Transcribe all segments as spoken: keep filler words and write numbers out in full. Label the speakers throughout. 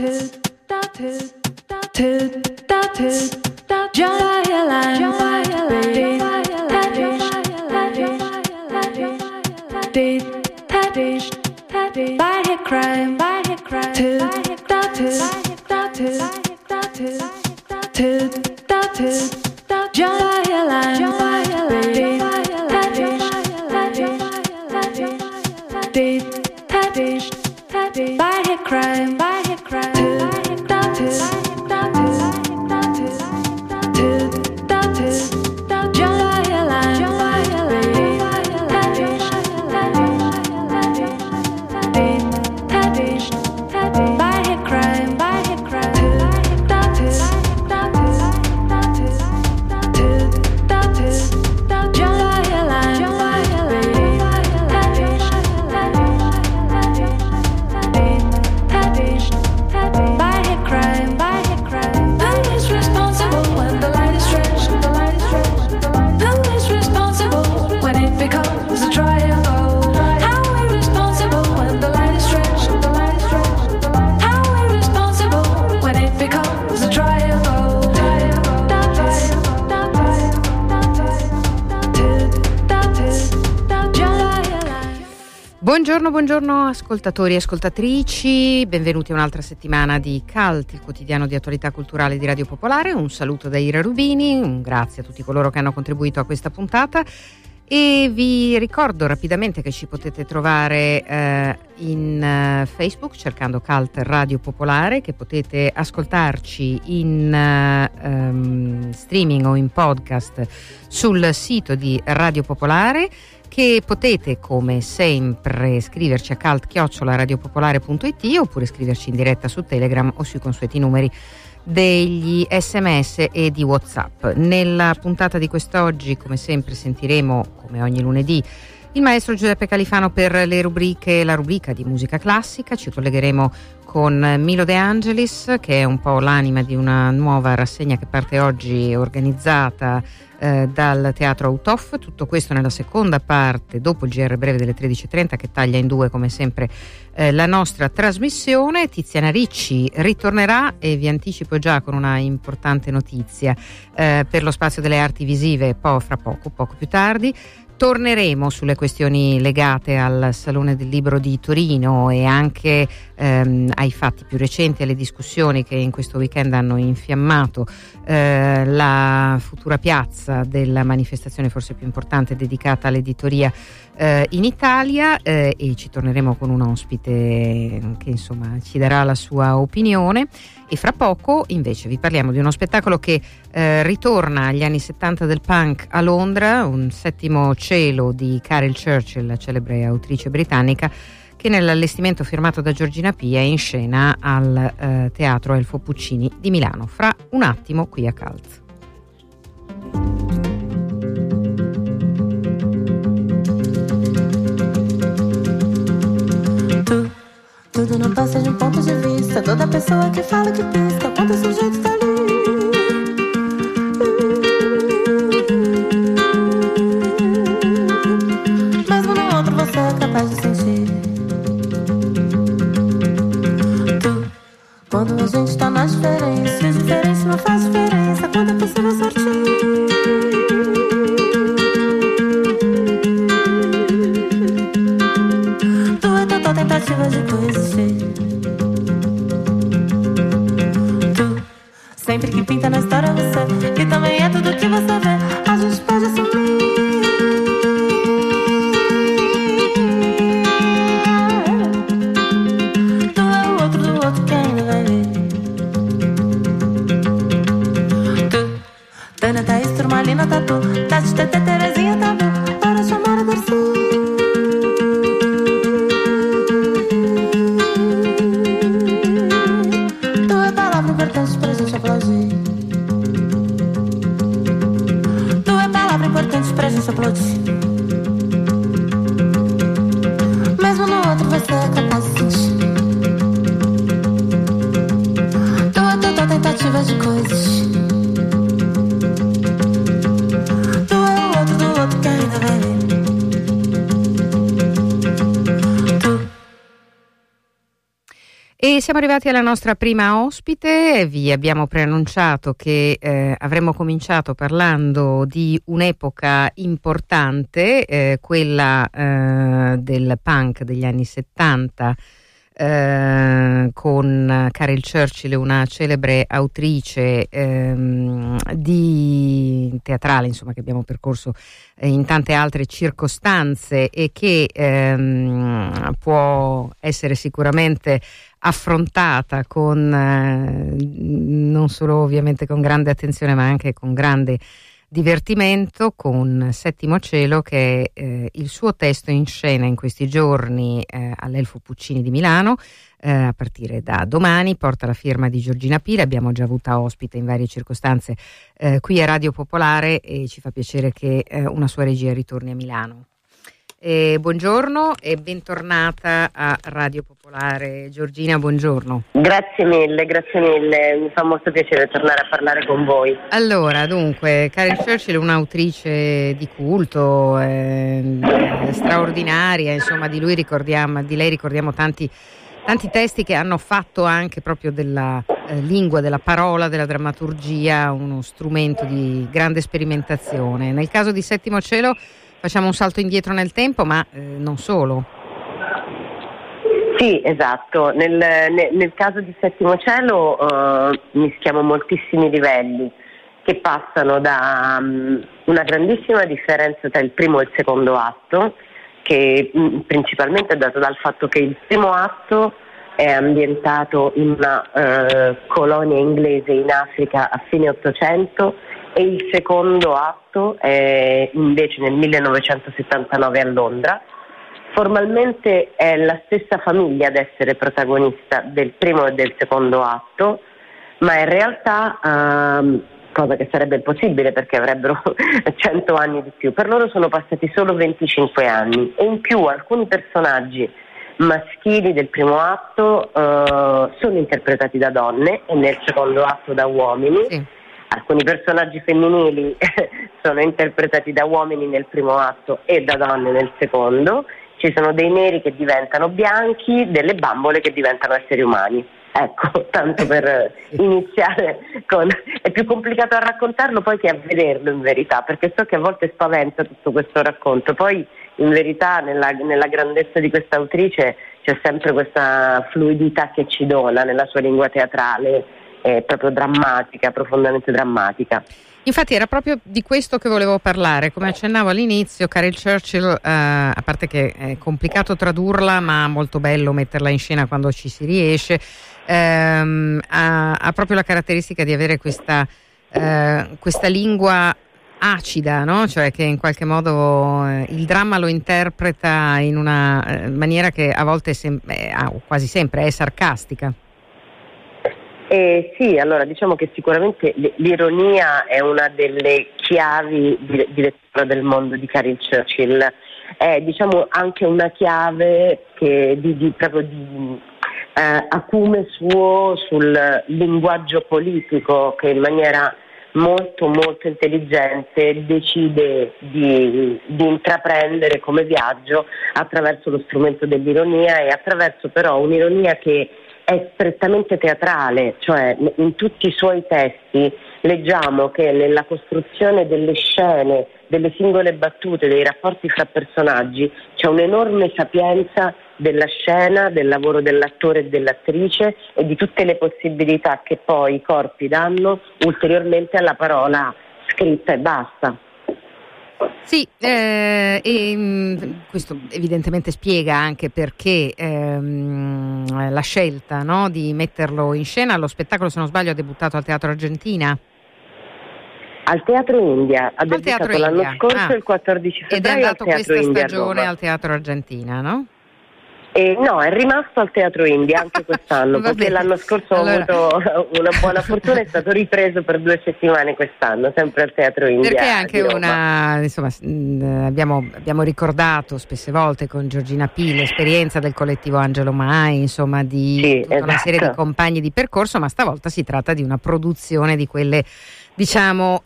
Speaker 1: Buongiorno, buongiorno ascoltatori e ascoltatrici, benvenuti a un'altra settimana di Cult, il quotidiano di attualità culturale di Radio Popolare. Un saluto da Ira Rubini, un grazie a tutti coloro che hanno contribuito a questa puntata e vi ricordo rapidamente che ci potete trovare eh, in uh, Facebook cercando Cult Radio Popolare, che potete ascoltarci in uh, um, streaming o in podcast sul sito di Radio Popolare, che potete come sempre scriverci a cult chiocciola radiopopolare punto it oppure scriverci in diretta su Telegram o sui consueti numeri degli sms e di WhatsApp. Nella puntata di quest'oggi, come sempre, sentiremo, come ogni lunedì, il maestro Giuseppe Califano per le rubriche, la rubrica di musica classica. Ci collegheremo con Milo De Angelis, che è un po' l'anima di una nuova rassegna che parte oggi, organizzata eh, dal Teatro Autof. Tutto questo nella seconda parte, dopo il G R breve delle tredici e trenta, che taglia in due come sempre eh, la nostra trasmissione. Tiziana Ricci ritornerà e vi anticipo già con una importante notizia eh, per lo spazio delle arti visive, poi fra poco, poco più tardi. Torneremo sulle questioni legate al Salone del Libro di Torino e anche ehm, ai fatti più recenti, alle discussioni che in questo weekend hanno infiammato eh, la futura piazza della manifestazione forse più importante dedicata all'editoria eh, in Italia eh, e ci torneremo con un ospite che insomma ci darà la sua opinione. E fra poco invece vi parliamo di uno spettacolo che eh, ritorna agli anni settanta del punk a Londra, un settimo cielo di Carol Churchill, la celebre autrice britannica, che nell'allestimento firmato da Giorgina Pia è in scena al eh, Teatro Elfo Puccini di Milano. Fra un attimo qui a Cult.
Speaker 2: Tudo não passa de um ponto de vista. Toda pessoa que fala que pista, quando o sujeito tá ali. Mesmo no outro você é capaz de sentir. Tu, quando a gente tá na diferença, e diferença não faz diferença. Quando é possível sortir. Tentativa de coexistir. Tu, sempre que pinta na história você, que também é tudo que você vê, a gente pode assumir. Tu é o outro do outro que ainda vai ver. Tu, Tânia, Thaís, Turmalina, Tatu, Tati, Tete, Terezinha, Tabu, para chamar a Darcy. Importante pra gente aplaudir. Tu é palavra importante pra gente aplaudir. Mesmo no outro você é capaz de sentir. Tu é total tentativa de coexistir. Tu é o outro do outro que ainda vai ver.
Speaker 1: siamo arrivati alla nostra prima ospite. Vi abbiamo preannunciato che eh, avremmo cominciato parlando di un'epoca importante, eh, quella eh, del punk degli anni settanta, eh, con Caryl Churchill, una celebre autrice ehm, di teatrale, insomma, che abbiamo percorso eh, in tante altre circostanze e che ehm, può essere sicuramente affrontata con eh, non solo ovviamente con grande attenzione ma anche con grande divertimento, con Settimo Cielo, che è eh, il suo testo in scena in questi giorni eh, all'Elfo Puccini di Milano, eh, a partire da domani. Porta la firma di Giorgina Pila, abbiamo già avuta ospite in varie circostanze eh, qui a Radio Popolare e ci fa piacere che eh, una sua regia ritorni a Milano. Eh, buongiorno e bentornata a Radio Popolare. Giorgina, buongiorno.
Speaker 3: Grazie mille, grazie mille, mi fa molto piacere tornare a parlare con voi.
Speaker 1: Allora, dunque, Caryl Churchill è un'autrice di culto, eh, straordinaria, insomma, di lui ricordiamo, di lei ricordiamo tanti, tanti testi che hanno fatto anche proprio della eh, lingua, della parola, della drammaturgia uno strumento di grande sperimentazione. Nel caso di Settimo Cielo facciamo un salto indietro nel tempo, ma eh, non solo.
Speaker 3: Sì, esatto. Nel, nel, nel caso di Settimo Cielo uh, mischiamo moltissimi livelli che passano da um, una grandissima differenza tra il primo e il secondo atto, che mh, principalmente è dato dal fatto che il primo atto è ambientato in una uh, colonia inglese in Africa a fine Ottocento e il secondo atto è invece nel millenovecentosettantanove a Londra. Formalmente è la stessa famiglia ad essere protagonista del primo e del secondo atto, ma in realtà, ehm, cosa che sarebbe impossibile perché avrebbero cento anni di più, per loro sono passati solo venticinque anni e in più alcuni personaggi maschili del primo atto eh, sono interpretati da donne e nel secondo atto da uomini. Sì. Alcuni personaggi femminili sono interpretati da uomini nel primo atto e da donne nel secondo. Ci sono dei neri che diventano bianchi, delle bambole che diventano esseri umani. Ecco, tanto per iniziare con... È più complicato a raccontarlo poi che a vederlo in verità, perché so che a volte spaventa tutto questo racconto. Poi in verità nella, nella grandezza di questa autrice c'è sempre questa fluidità che ci dona nella sua lingua teatrale. È proprio drammatica, profondamente drammatica.
Speaker 1: Infatti era proprio di questo che volevo parlare. Come accennavo all'inizio, Caryl Churchill, eh, a parte che è complicato tradurla, ma molto bello metterla in scena quando ci si riesce, ehm, ha, ha proprio la caratteristica di avere questa, eh, questa lingua acida, no? Cioè che in qualche modo eh, il dramma lo interpreta in una eh, maniera che a volte, sem- eh, quasi sempre, è sarcastica.
Speaker 3: Eh, sì, allora diciamo che sicuramente l'ironia è una delle chiavi di, di lettura del mondo di Caryl Churchill, è diciamo anche una chiave che di, di, proprio di eh, acume suo sul linguaggio politico che in maniera molto molto intelligente decide di, di intraprendere come viaggio attraverso lo strumento dell'ironia e attraverso però un'ironia che è strettamente teatrale, cioè in tutti i suoi testi leggiamo che nella costruzione delle scene, delle singole battute, dei rapporti fra personaggi c'è un'enorme sapienza della scena, del lavoro dell'attore e dell'attrice e di tutte le possibilità che poi i corpi danno ulteriormente alla parola scritta e basta.
Speaker 1: Sì, eh, e mh, questo evidentemente spiega anche perché ehm, la scelta, no, di metterlo in scena. Lo spettacolo, se non sbaglio, ha debuttato al Teatro Argentina.
Speaker 3: Al Teatro India, ha debuttato l'anno
Speaker 1: India.
Speaker 3: scorso
Speaker 1: ah.
Speaker 3: il quattordici febbraio
Speaker 1: ed è andato
Speaker 3: al Teatro
Speaker 1: questa
Speaker 3: India
Speaker 1: stagione al Teatro Argentina, no?
Speaker 3: Eh, no, è rimasto al Teatro India anche quest'anno, perché l'anno scorso allora... ho avuto una buona fortuna e è stato ripreso per due settimane quest'anno, sempre al Teatro India.
Speaker 1: Perché anche una, insomma, abbiamo, abbiamo ricordato spesse volte con Giorgina P l'esperienza del collettivo Angelo Mai, insomma, di
Speaker 3: sì,
Speaker 1: tutta
Speaker 3: esatto.
Speaker 1: una serie di compagni di percorso, ma stavolta si tratta di una produzione di quelle diciamo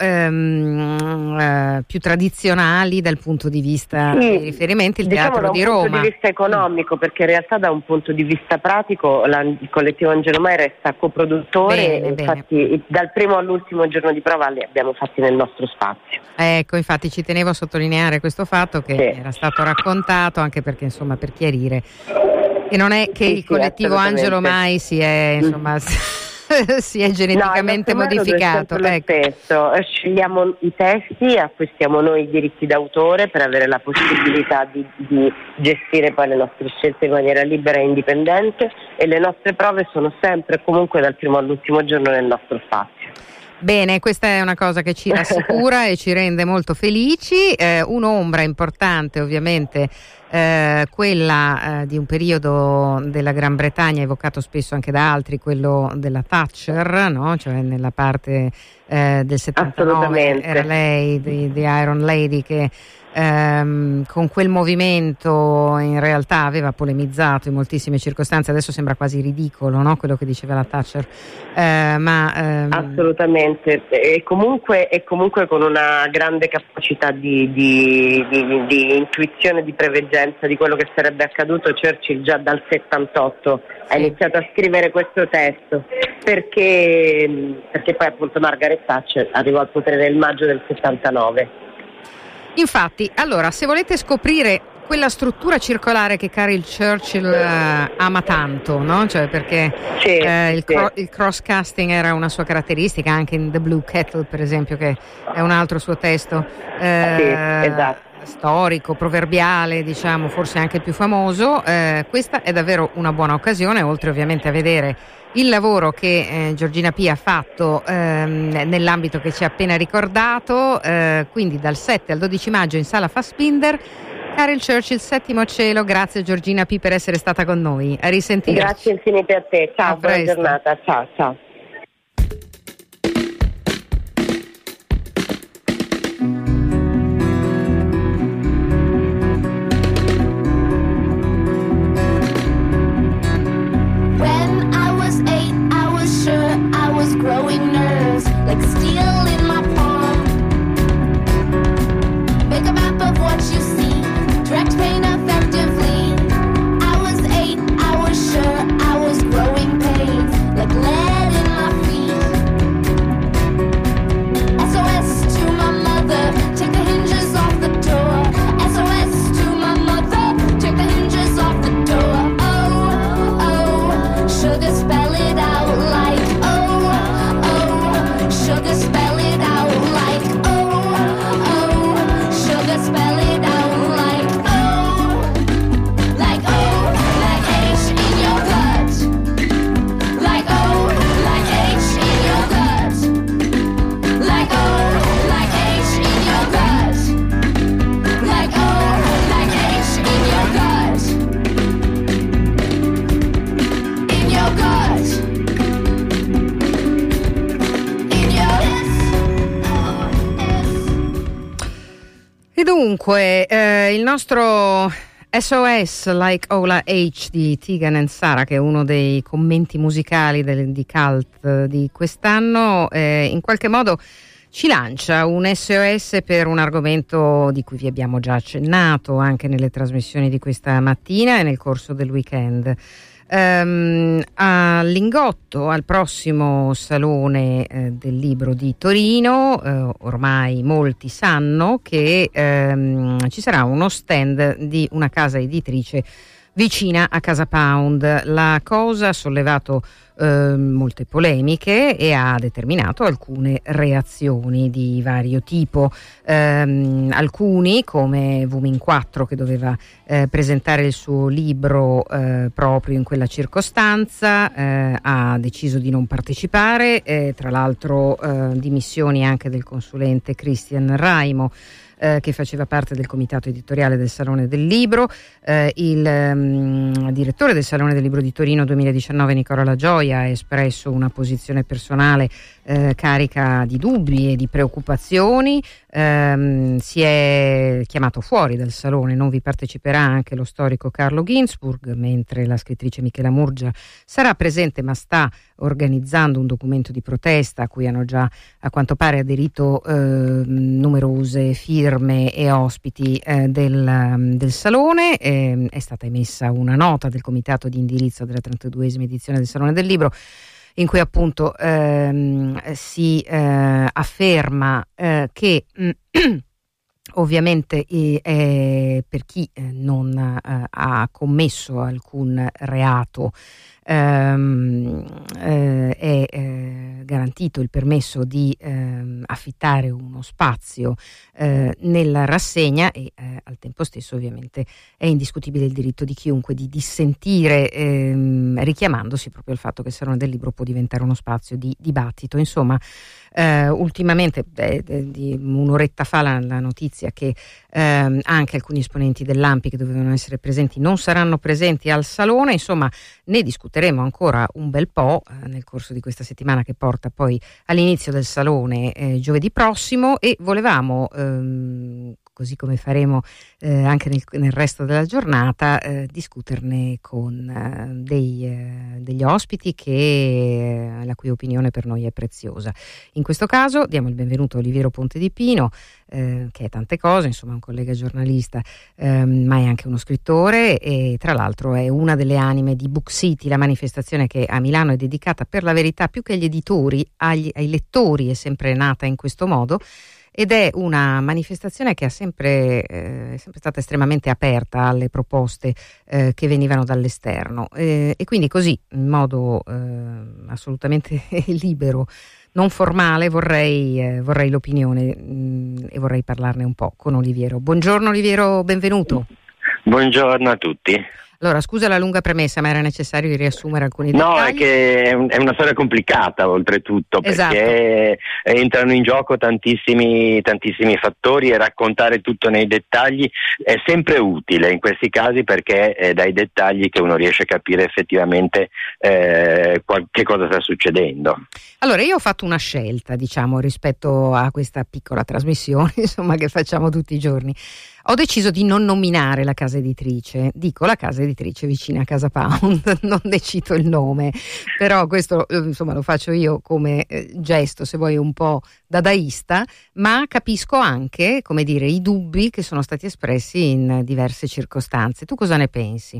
Speaker 1: ehm, eh, più tradizionali dal punto di vista
Speaker 3: sì,
Speaker 1: dei riferimenti, il
Speaker 3: diciamo
Speaker 1: Teatro di Roma.
Speaker 3: Da un punto di vista economico, perché in realtà da un punto di vista pratico la, il collettivo Angelo Mai resta coproduttore,
Speaker 1: bene,
Speaker 3: infatti
Speaker 1: bene.
Speaker 3: dal primo all'ultimo giorno di prova li abbiamo fatti nel nostro spazio.
Speaker 1: Ecco, infatti ci tenevo a sottolineare questo fatto che
Speaker 3: sì.
Speaker 1: era stato raccontato, anche perché insomma per chiarire che non è che
Speaker 3: sì,
Speaker 1: il collettivo
Speaker 3: sì,
Speaker 1: Angelo Mai si è insomma si è geneticamente
Speaker 3: no,
Speaker 1: modificato.
Speaker 3: È
Speaker 1: ecco.
Speaker 3: Spesso scegliamo i testi, acquistiamo noi i diritti d'autore per avere la possibilità di, di gestire poi le nostre scelte in maniera libera e indipendente, e le nostre prove sono sempre e comunque dal primo all'ultimo giorno nel nostro spazio.
Speaker 1: Bene, questa è una cosa che ci rassicura e ci rende molto felici. Eh, un'ombra importante ovviamente eh, quella eh, di un periodo della Gran Bretagna evocato spesso anche da altri, quello della Thatcher, no? Cioè nella parte eh, del settantanove era lei, di, di Iron Lady, che ehm, con quel movimento in realtà aveva polemizzato in moltissime circostanze. Adesso sembra quasi ridicolo, no? Quello che diceva la Thatcher, eh, ma ehm...
Speaker 3: assolutamente, e comunque, e comunque con una grande capacità di, di, di, di intuizione, di preveggenza di quello che sarebbe accaduto. Churchill già dal settantotto sì. ha iniziato a scrivere questo testo, perché, perché poi appunto Margaret Thatcher arrivò al potere nel maggio del settantanove.
Speaker 1: Infatti, allora, se volete scoprire quella struttura circolare che Caryl Churchill eh, ama tanto, no? Cioè perché
Speaker 3: sì,
Speaker 1: eh, il,
Speaker 3: sì.
Speaker 1: cro- il cross-casting era una sua caratteristica, anche in The Blue Kettle, per esempio, che è un altro suo testo eh,
Speaker 3: sì, esatto.
Speaker 1: storico, proverbiale, diciamo, forse anche il più famoso. Eh, questa è davvero una buona occasione, oltre ovviamente a vedere il lavoro che eh, Giorgina P ha fatto ehm, nell'ambito che ci ha appena ricordato, eh, quindi dal sette al dodici maggio in Sala Fassbinder. Caryl Churchill, Settimo Cielo. Grazie Giorgina P per essere stata con noi. A risentirci.
Speaker 3: Grazie infinite a te. Ciao,
Speaker 1: a
Speaker 3: buona
Speaker 1: presto.
Speaker 3: giornata. Ciao, ciao.
Speaker 4: Growing nerves like steel in my palm. Make a map of what you see, direct pain effectively. I was eight, I was sure I was growing pains like lead in my feet. S O S to my mother, take the hinges off the door. S O S to my mother, take the hinges off the door. Oh, oh, sugar, spell it out like sugar, spell it out like oh, oh. Sugar, spell it out like oh, like oh, like H in your gut, like oh, like H in your gut, like oh, like H in your gut, like oh, like H in your gut, in your gut.
Speaker 1: E dunque, eh, il nostro S O S Like Ola H di Tegan and Sara, che è uno dei commenti musicali del, di Cult di quest'anno, eh, in qualche modo ci lancia un S O S per un argomento di cui vi abbiamo già accennato anche nelle trasmissioni di questa mattina e nel corso del weekend. Um, a Lingotto, al prossimo Salone eh, del Libro di Torino, eh, ormai molti sanno che ehm, ci sarà uno stand di una casa editrice vicina a Casa Pound. La cosa ha sollevato eh, molte polemiche e ha determinato alcune reazioni di vario tipo. Ehm, alcuni, come Vumin quattro, che doveva eh, presentare il suo libro eh, proprio in quella circostanza, eh, ha deciso di non partecipare, eh, tra l'altro eh, dimissioni anche del consulente Christian Raimo, Eh, che faceva parte del comitato editoriale del Salone del Libro, eh, il um, direttore del Salone del Libro di Torino duemiladiciannove Nicola La Gioia poi ha espresso una posizione personale eh, carica di dubbi e di preoccupazioni. Ehm, si è chiamato fuori dal salone, non vi parteciperà anche lo storico Carlo Ginzburg, mentre la scrittrice Michela Murgia sarà presente, ma sta organizzando un documento di protesta a cui hanno già a quanto pare aderito eh, numerose firme e ospiti eh, del, del salone. Eh, è stata emessa una nota del comitato di indirizzo della trentaduesima edizione del Salone del Libro, in cui appunto ehm, si eh, afferma eh, che ovviamente eh, per chi eh, non eh, ha commesso alcun reato ehm, eh, è eh, garantito il permesso di eh, affittare uno spazio eh, nella rassegna e eh, al tempo stesso ovviamente è indiscutibile il diritto di chiunque di dissentire, ehm, richiamandosi proprio al fatto che il Salone del Libro può diventare uno spazio di dibattito. Insomma, Uh, ultimamente, eh, di un'oretta fa, la, la notizia che ehm, anche alcuni esponenti dell'A N P I che dovevano essere presenti non saranno presenti al Salone. Insomma, ne discuteremo ancora un bel po' eh, nel corso di questa settimana, che porta poi all'inizio del Salone eh, giovedì prossimo, e volevamo ehm, così come faremo eh, anche nel, nel resto della giornata, eh, discuterne con eh, dei, eh, degli ospiti che, eh, la cui opinione per noi è preziosa. In questo caso diamo il benvenuto a Oliviero Ponte di Pino, eh, che è tante cose, insomma un collega giornalista, ehm, ma è anche uno scrittore, e tra l'altro è una delle anime di Book City, la manifestazione che a Milano è dedicata, per la verità, più che agli editori, agli, ai lettori. È sempre nata in questo modo, ed è una manifestazione che ha sempre, eh, è sempre stata estremamente aperta alle proposte eh, che venivano dall'esterno, eh, e quindi così, in modo eh, assolutamente libero, non formale, vorrei, eh, vorrei l'opinione mh, e vorrei parlarne un po' con Oliviero. Buongiorno Oliviero, benvenuto.
Speaker 5: Buongiorno a tutti.
Speaker 1: Allora, scusa la lunga premessa, ma era necessario riassumere alcuni dettagli.
Speaker 5: No, è che è, un, è una storia complicata oltretutto, perché esatto. entrano in gioco tantissimi, tantissimi fattori, e raccontare tutto nei dettagli è sempre utile in questi casi, perché è dai dettagli che uno riesce a capire effettivamente eh, qual- che cosa sta succedendo.
Speaker 1: Allora, io ho fatto una scelta, diciamo, rispetto a questa piccola trasmissione, insomma, che facciamo tutti i giorni. Ho deciso di non nominare la casa editrice, dico la casa editrice vicina a Casa Pound, non ne cito il nome, però questo insomma lo faccio io come eh, gesto, se vuoi, un po' dadaista, ma capisco anche, come dire, i dubbi che sono stati espressi in diverse circostanze. Tu cosa ne pensi?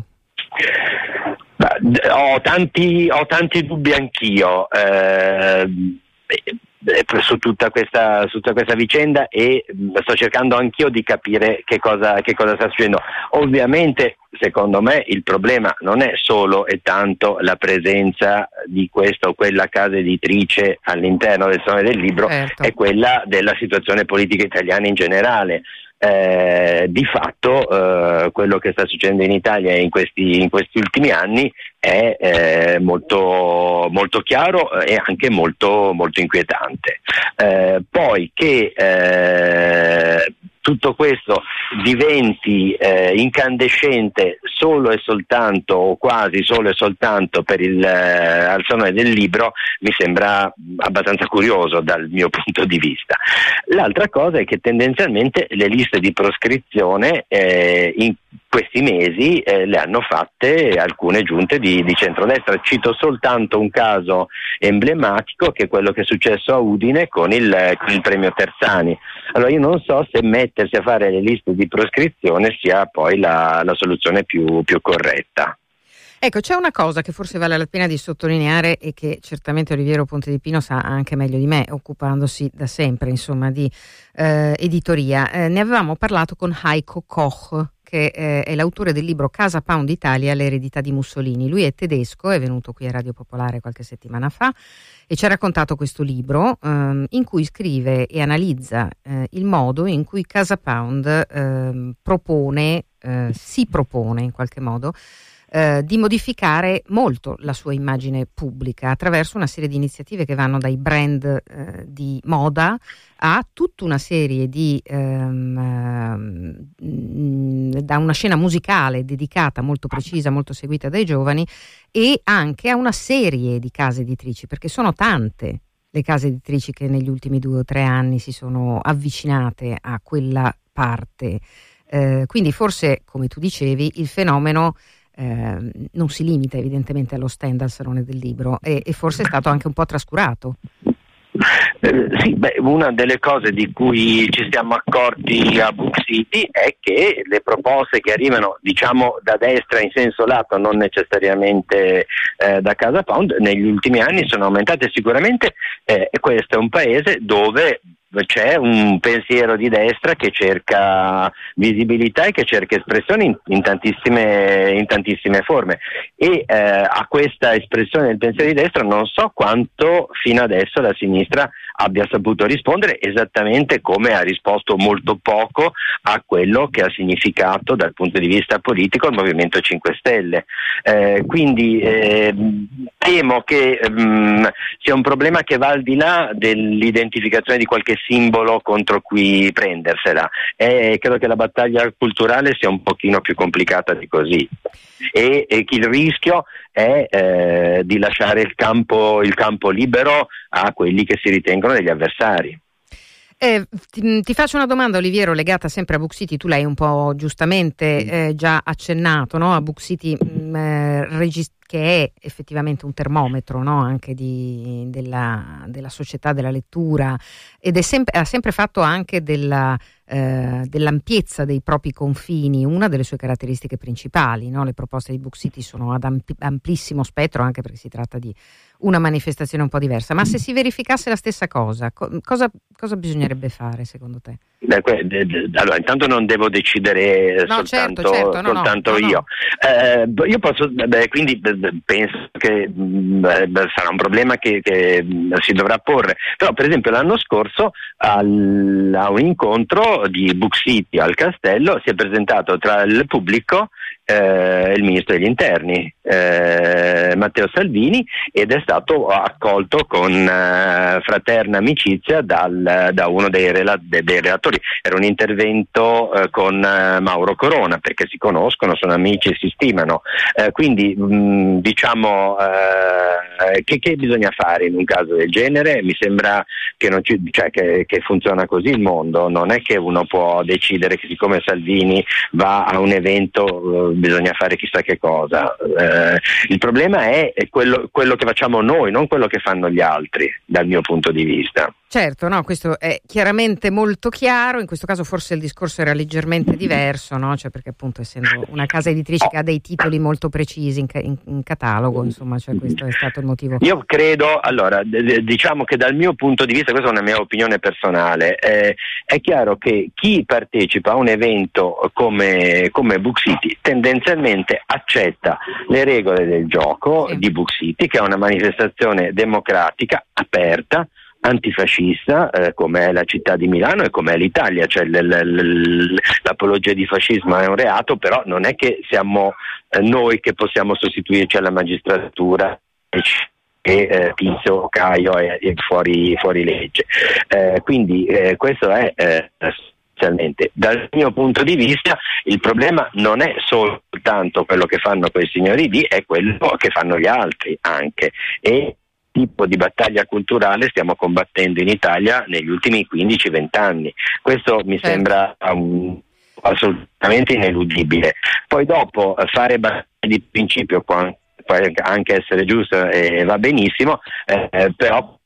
Speaker 5: Ho tanti, ho tanti dubbi anch'io. Eh, su tutta questa su tutta questa vicenda, e sto cercando anch'io di capire che cosa che cosa sta succedendo. Ovviamente, secondo me, il problema non è solo e tanto la presenza di questa o quella casa editrice all'interno del Salone del Libro, certo. È quella della situazione politica italiana in generale. Eh, di fatto eh, quello che sta succedendo in Italia in questi, in questi ultimi anni è eh, molto, molto chiaro e anche molto, molto inquietante. Eh, poi che eh, tutto questo diventi eh, incandescente solo e soltanto, o quasi solo e soltanto, per il eh, al Salone del Libro, mi sembra abbastanza curioso dal mio punto di vista. L'altra cosa è che tendenzialmente le liste di proscrizione eh, in questi mesi eh, le hanno fatte alcune giunte di, di centrodestra. Cito soltanto un caso emblematico, che è quello che è successo a Udine con il, con il premio Terzani. Allora io non so se mettersi a fare le liste di proscrizione sia poi la, la soluzione più, più corretta.
Speaker 1: Ecco, c'è una cosa che forse vale la pena di sottolineare, e che certamente Oliviero Ponte di Pino sa anche meglio di me, occupandosi da sempre, insomma, di eh, editoria. Eh, ne avevamo parlato con Heiko Koch, che eh, è l'autore del libro Casa Pound Italia, l'eredità di Mussolini. Lui è tedesco, è venuto qui a Radio Popolare qualche settimana fa e ci ha raccontato questo libro ehm, in cui scrive e analizza eh, il modo in cui Casa Pound ehm, propone, eh, si propone in qualche modo, eh, di modificare molto la sua immagine pubblica attraverso una serie di iniziative che vanno dai brand eh, di moda a tutta una serie di ehm, da una scena musicale dedicata, molto precisa, molto seguita dai giovani, e anche a una serie di case editrici, perché sono tante le case editrici che negli ultimi due o tre anni si sono avvicinate a quella parte. Eh, quindi forse, come tu dicevi, il fenomeno eh, non si limita evidentemente allo stand al Salone del Libro e, e forse è stato anche un po' trascurato.
Speaker 5: Eh, sì, beh, una delle cose di cui ci siamo accorti a Book City è che le proposte che arrivano, diciamo, da destra in senso lato, non necessariamente eh, da Casa Pound, negli ultimi anni sono aumentate sicuramente, eh, e questo è un paese dove c'è un pensiero di destra che cerca visibilità e che cerca espressione in, in tantissime in tantissime forme, e eh, a questa espressione del pensiero di destra non so quanto fino adesso la sinistra abbia saputo rispondere, esattamente come ha risposto molto poco a quello che ha significato dal punto di vista politico il Movimento cinque Stelle. Eh, quindi eh, temo che mh, sia un problema che va al di là dell'identificazione di qualche simbolo contro cui prendersela. E credo che la battaglia culturale sia un pochino più complicata di così, e, e che il rischio è eh, di lasciare il campo, il campo libero a quelli che si ritengono degli avversari.
Speaker 1: Eh, ti, ti faccio una domanda, Oliviero, legata sempre a Book City. Tu l'hai un po' giustamente eh, già accennato, no? A Book City mh, eh, regist- che è effettivamente un termometro, no? Anche di, della, della società della lettura, ed è sempre, ha sempre fatto anche della, eh, dell'ampiezza dei propri confini una delle sue caratteristiche principali, no? Le proposte di Book City sono ad ampi- amplissimo spettro, anche perché si tratta di una manifestazione un po' diversa. Ma se si verificasse la stessa cosa, co- cosa, cosa bisognerebbe fare secondo te?
Speaker 5: Beh, que- de- de- allora, intanto non devo decidere
Speaker 1: no,
Speaker 5: soltanto,
Speaker 1: certo, certo, no,
Speaker 5: soltanto
Speaker 1: no, no,
Speaker 5: io. No. Eh, io posso, beh, quindi beh, penso che beh, sarà un problema che, che si dovrà porre. Però, per esempio, l'anno scorso al, a un incontro di Book City al Castello si è presentato tra il pubblico eh, il ministro degli interni eh, Matteo Salvini, ed è stato accolto con eh, fraterna amicizia dal, da uno dei, rela- dei, dei relatori. Era un intervento eh, con eh, Mauro Corona, perché si conoscono, sono amici e si stimano, eh, quindi mh, diciamo eh, che, che bisogna fare in un caso del genere? Mi sembra che, non ci, cioè, che, che funziona così il mondo, non è che uno può decidere che siccome Salvini va a un evento eh, bisogna fare chissà che cosa. Eh, il problema è, è quello, quello che facciamo noi, non quello che fanno gli altri, dal mio punto di vista.
Speaker 1: Certo, no, questo è chiaramente molto chiaro. In questo caso forse il discorso era leggermente diverso, no? Cioè, perché appunto essendo una casa editrice che ha dei titoli molto precisi in, in, in catalogo, insomma, cioè questo è stato il motivo.
Speaker 5: Io credo, allora, d- diciamo che dal mio punto di vista, questa è una mia opinione personale, eh, è chiaro che chi partecipa a un evento come, come Book City tendenzialmente accetta le regole del gioco sì. di Book City, che è una manifestazione democratica, aperta, antifascista, eh, come è la città di Milano e come è l'Italia, cioè l- l- l'apologia di fascismo è un reato, però non è che siamo eh, noi che possiamo sostituirci alla magistratura e eh, Tizio, Caio e, e fuori, fuori legge. Eh, quindi eh, questo è eh, essenzialmente, dal mio punto di vista, il problema non è soltanto quello che fanno quei signori lì, è quello che fanno gli altri anche. E tipo di battaglia culturale stiamo combattendo in Italia negli ultimi quindici venti anni. Questo mi certo. sembra um, assolutamente ineludibile. Poi dopo fare battaglie di principio può anche essere giusto e va benissimo, eh, però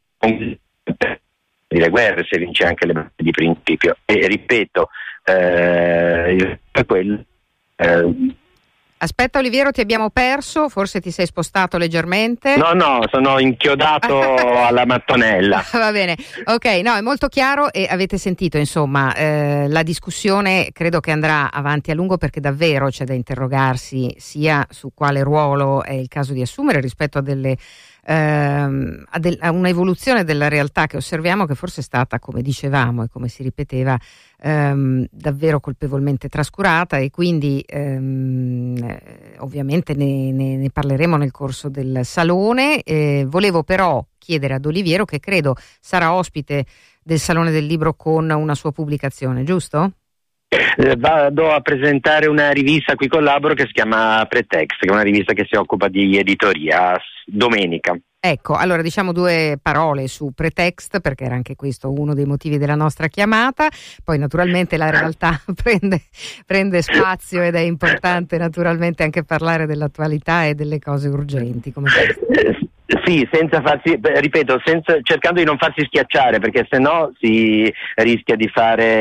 Speaker 5: le guerre se vince anche le battaglie di principio. E ripeto, eh, quello eh,
Speaker 1: Aspetta Oliviero, ti abbiamo perso, forse ti sei spostato leggermente.
Speaker 5: No, no, sono inchiodato alla mattonella.
Speaker 1: Va bene, ok, no, è molto chiaro e avete sentito, insomma, eh, la discussione credo che andrà avanti a lungo, perché davvero c'è da interrogarsi sia su quale ruolo è il caso di assumere rispetto a delle ehm, a, del, a un'evoluzione della realtà che osserviamo, che forse è stata, come dicevamo e come si ripeteva, ehm, davvero colpevolmente trascurata, e quindi ehm, ovviamente ne, ne, ne parleremo nel corso del salone. Eh, volevo però chiedere ad Oliviero, che credo sarà ospite del Salone del Libro con una sua pubblicazione, giusto?
Speaker 5: Eh, vado a presentare una rivista a cui collaboro che si chiama Pretext, che è una rivista che si occupa di editoria, domenica.
Speaker 1: Ecco, allora diciamo due parole su Pretext, perché era anche questo uno dei motivi della nostra chiamata. Poi naturalmente la realtà prende, prende spazio, ed è importante naturalmente anche parlare dell'attualità e delle cose urgenti come queste.
Speaker 5: Sì, senza farsi, ripeto, senza, cercando di non farsi schiacciare, perché sennò si rischia di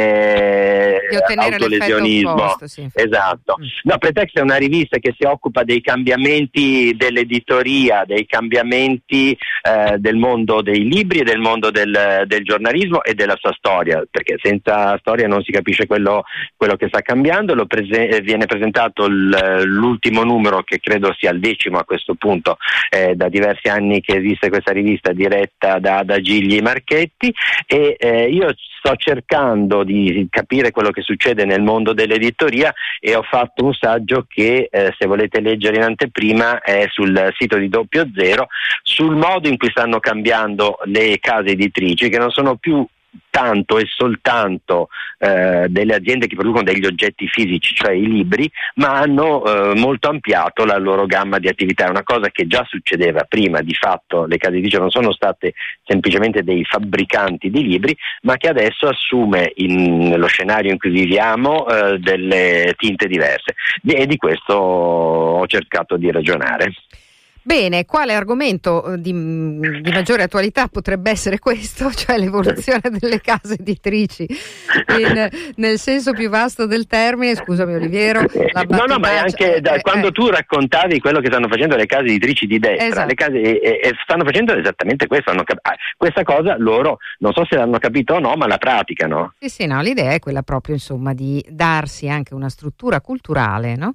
Speaker 5: fare
Speaker 1: di ottenere
Speaker 5: autolesionismo.
Speaker 1: Opposto, sì.
Speaker 5: Esatto.
Speaker 1: Mm.
Speaker 5: No, Pretext è una rivista che si occupa dei cambiamenti dell'editoria, dei cambiamenti eh, del mondo dei libri e del mondo del, del giornalismo e della sua storia, perché senza storia non si capisce quello, quello che sta cambiando. Lo prese- viene presentato l- l'ultimo numero, che credo sia il decimo a questo punto, eh, da diversi anni che esiste questa rivista diretta da, da Gigli Marchetti, e eh, io sto cercando di capire quello che succede nel mondo dell'editoria, e ho fatto un saggio che eh, se volete leggere in anteprima è sul sito di Doppio Zero, sul modo in cui stanno cambiando le case editrici, che non sono più tanto e soltanto eh, delle aziende che producono degli oggetti fisici, cioè i libri, ma hanno eh, molto ampliato la loro gamma di attività. È una cosa che già succedeva prima. Di fatto le case editrici non sono state semplicemente dei fabbricanti di libri, ma che adesso assume, in, nello scenario in cui viviamo, eh, delle tinte diverse, e di questo ho cercato di ragionare.
Speaker 1: Bene, quale argomento di, di maggiore attualità potrebbe essere questo, cioè l'evoluzione delle case editrici in, nel senso più vasto del termine? Scusami Oliviero. La
Speaker 5: no, no, ma è anche da, eh, quando eh. tu raccontavi quello che stanno facendo le case editrici di destra, esatto. le case eh, eh, stanno facendo esattamente questo. Hanno cap- questa cosa loro, non so se l'hanno capito o no, ma la praticano.
Speaker 1: Sì, sì, no, l'idea è quella proprio, insomma, di darsi anche una struttura culturale, no?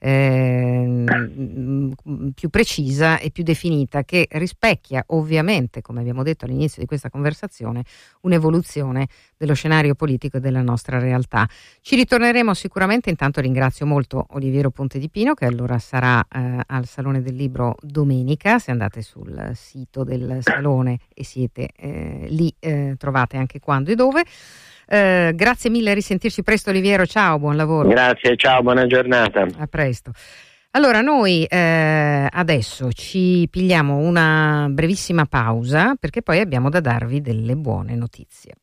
Speaker 1: Eh, più precisa e più definita, che rispecchia ovviamente, come abbiamo detto all'inizio di questa conversazione, un'evoluzione dello scenario politico e della nostra realtà. Ci ritorneremo sicuramente. Intanto ringrazio molto Oliviero Ponte di Pino, che allora sarà eh, al Salone del Libro domenica. Se andate sul sito del Salone e siete eh, lì, eh, trovate anche quando e dove. Eh, grazie mille, a risentirci presto Oliviero, ciao, buon lavoro.
Speaker 5: Grazie, ciao, buona giornata.
Speaker 1: A presto. Allora noi eh, adesso ci pigliamo una brevissima pausa, perché poi abbiamo da darvi delle buone notizie.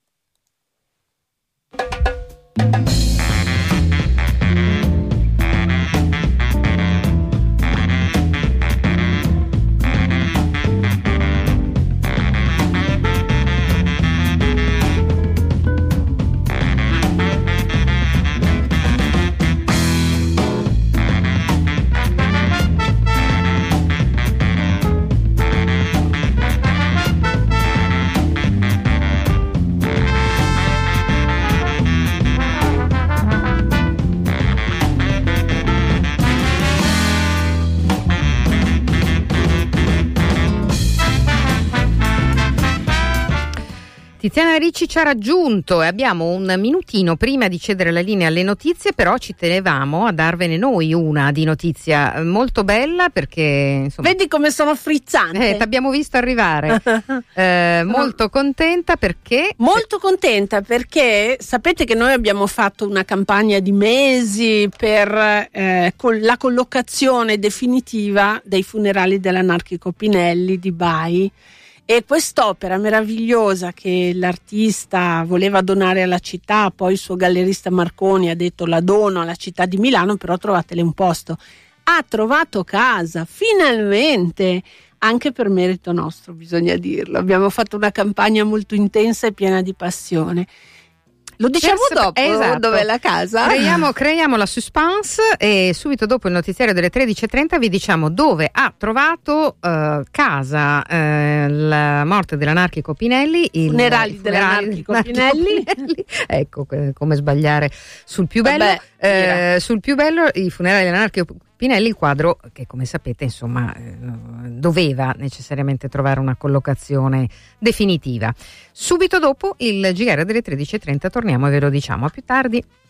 Speaker 1: Tiziana Ricci ci ha raggiunto e abbiamo un minutino prima di cedere la linea alle notizie, però ci tenevamo a darvene noi una di notizia molto bella, perché insomma,
Speaker 6: vedi come sono frizzante.
Speaker 1: Eh, t'abbiamo visto arrivare. eh, molto contenta perché
Speaker 6: molto contenta perché sapete che noi abbiamo fatto una campagna di mesi per eh, con la collocazione definitiva dei funerali dell'anarchico Pinelli di Bari. E quest'opera meravigliosa che l'artista voleva donare alla città, poi il suo gallerista Marconi ha detto la dono alla città di Milano, però trovatele un posto. Ha trovato casa, finalmente, anche per merito nostro, bisogna dirlo. Abbiamo fatto una campagna molto intensa e piena di passione. Lo diciamo dopo,
Speaker 1: esatto.
Speaker 6: Dov'è la casa?
Speaker 1: Creiamo, creiamo la suspense e subito dopo il notiziario delle tredici e trenta vi diciamo dove ha trovato uh, casa uh, la morte dell'anarchico Pinelli. Il
Speaker 6: funerali, il funerali dell'anarchico, dell'anarchico Pinelli.
Speaker 1: Pinelli. Ecco come sbagliare sul più bello.
Speaker 6: Vabbè,
Speaker 1: eh, sul più bello i funerali dell'anarchico Pinelli, il quadro che, come sapete, insomma, eh, doveva necessariamente trovare una collocazione definitiva. Subito dopo il G R delle tredici e trenta torniamo e ve lo diciamo. A più tardi.